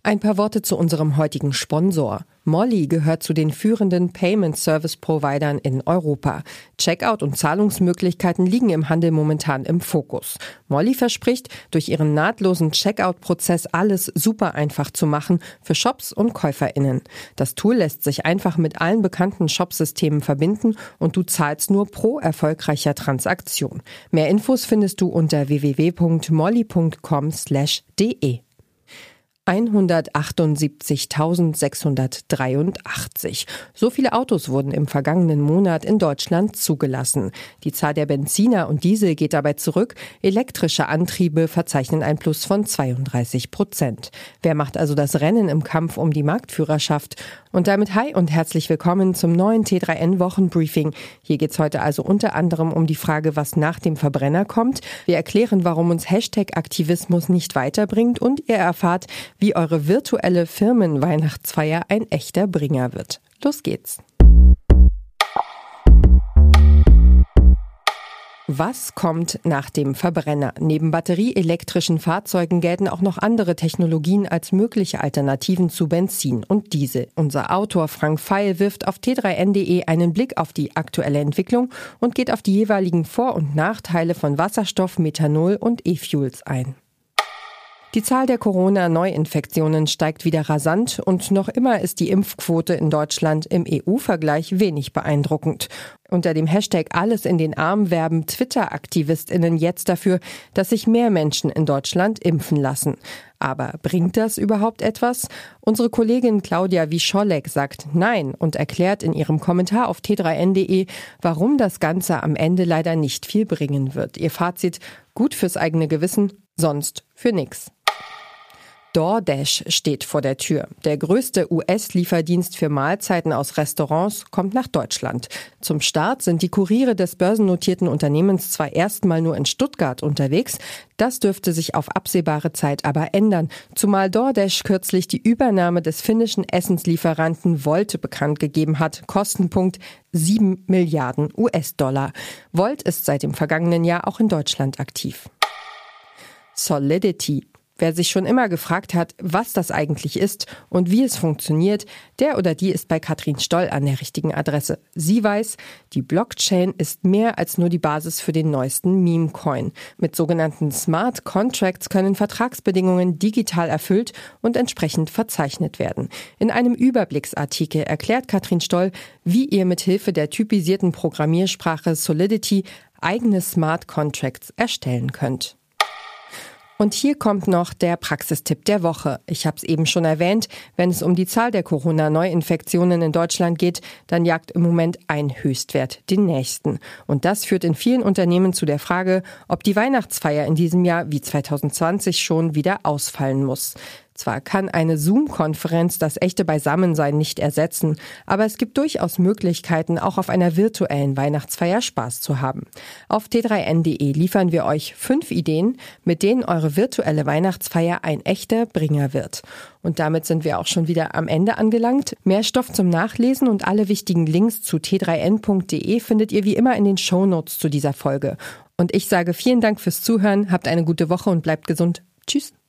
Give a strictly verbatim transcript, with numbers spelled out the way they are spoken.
Ein paar Worte zu unserem heutigen Sponsor. Molly gehört zu den führenden Payment Service Providern in Europa. Checkout und Zahlungsmöglichkeiten liegen im Handel momentan im Fokus. Molly verspricht, durch ihren nahtlosen Checkout-Prozess alles super einfach zu machen für Shops und KäuferInnen. Das Tool lässt sich einfach mit allen bekannten Shopsystemen verbinden und du zahlst nur pro erfolgreicher Transaktion. Mehr Infos findest du unter w w w punkt molly punkt com slash d e. hundertachtundsiebzigtausendsechshundertdreiundachtzig. So viele Autos wurden im vergangenen Monat in Deutschland zugelassen. Die Zahl der Benziner und Diesel geht dabei zurück. Elektrische Antriebe verzeichnen ein Plus von zweiunddreißig Prozent. Wer macht also das Rennen im Kampf um die Marktführerschaft? Und damit hi und herzlich willkommen zum neuen T drei N Wochenbriefing. Hier geht's heute also unter anderem um die Frage, was nach dem Verbrenner kommt. Wir erklären, warum uns Hashtag Aktivismus nicht weiterbringt und ihr erfahrt, wie eure virtuelle Firmenweihnachtsfeier ein echter Bringer wird. Los geht's! Was kommt nach dem Verbrenner? Neben batterieelektrischen Fahrzeugen gelten auch noch andere Technologien als mögliche Alternativen zu Benzin und Diesel. Unser Autor Frank Feil wirft auf t drei n punkt d e einen Blick auf die aktuelle Entwicklung und geht auf die jeweiligen Vor- und Nachteile von Wasserstoff, Methanol und E-Fuels ein. Die Zahl der Corona-Neuinfektionen steigt wieder rasant und noch immer ist die Impfquote in Deutschland im E U-Vergleich wenig beeindruckend. Unter dem Hashtag Alles in den Arm werben Twitter-AktivistInnen jetzt dafür, dass sich mehr Menschen in Deutschland impfen lassen. Aber bringt das überhaupt etwas? Unsere Kollegin Claudia Wischolek sagt Nein und erklärt in ihrem Kommentar auf t drei n punkt d e, warum das Ganze am Ende leider nicht viel bringen wird. Ihr Fazit: gut fürs eigene Gewissen, sonst für nix. DoorDash steht vor der Tür. Der größte U S-Lieferdienst für Mahlzeiten aus Restaurants kommt nach Deutschland. Zum Start sind die Kuriere des börsennotierten Unternehmens zwar erstmal nur in Stuttgart unterwegs, das dürfte sich auf absehbare Zeit aber ändern, zumal DoorDash kürzlich die Übernahme des finnischen Essenslieferanten Wolt bekannt gegeben hat. Kostenpunkt sieben Milliarden U S-Dollar. Wolt ist seit dem vergangenen Jahr auch in Deutschland aktiv. Solidity. Wer sich schon immer gefragt hat, was das eigentlich ist und wie es funktioniert, der oder die ist bei Katrin Stoll an der richtigen Adresse. Sie weiß, die Blockchain ist mehr als nur die Basis für den neuesten Meme-Coin. Mit sogenannten Smart Contracts können Vertragsbedingungen digital erfüllt und entsprechend verzeichnet werden. In einem Überblicksartikel erklärt Katrin Stoll, wie ihr mit Hilfe der typisierten Programmiersprache Solidity eigene Smart Contracts erstellen könnt. Und hier kommt noch der Praxistipp der Woche. Ich habe es eben schon erwähnt, wenn es um die Zahl der Corona-Neuinfektionen in Deutschland geht, dann jagt im Moment ein Höchstwert den nächsten. Und das führt in vielen Unternehmen zu der Frage, ob die Weihnachtsfeier in diesem Jahr wie zwanzig zwanzig schon wieder ausfallen muss. Zwar kann eine Zoom-Konferenz das echte Beisammensein nicht ersetzen, aber es gibt durchaus Möglichkeiten, auch auf einer virtuellen Weihnachtsfeier Spaß zu haben. Auf t drei n punkt d e liefern wir euch fünf Ideen, mit denen eure virtuelle Weihnachtsfeier ein echter Bringer wird. Und damit sind wir auch schon wieder am Ende angelangt. Mehr Stoff zum Nachlesen und alle wichtigen Links zu t drei n punkt d e findet ihr wie immer in den Shownotes zu dieser Folge. Und ich sage vielen Dank fürs Zuhören, habt eine gute Woche und bleibt gesund. Tschüss.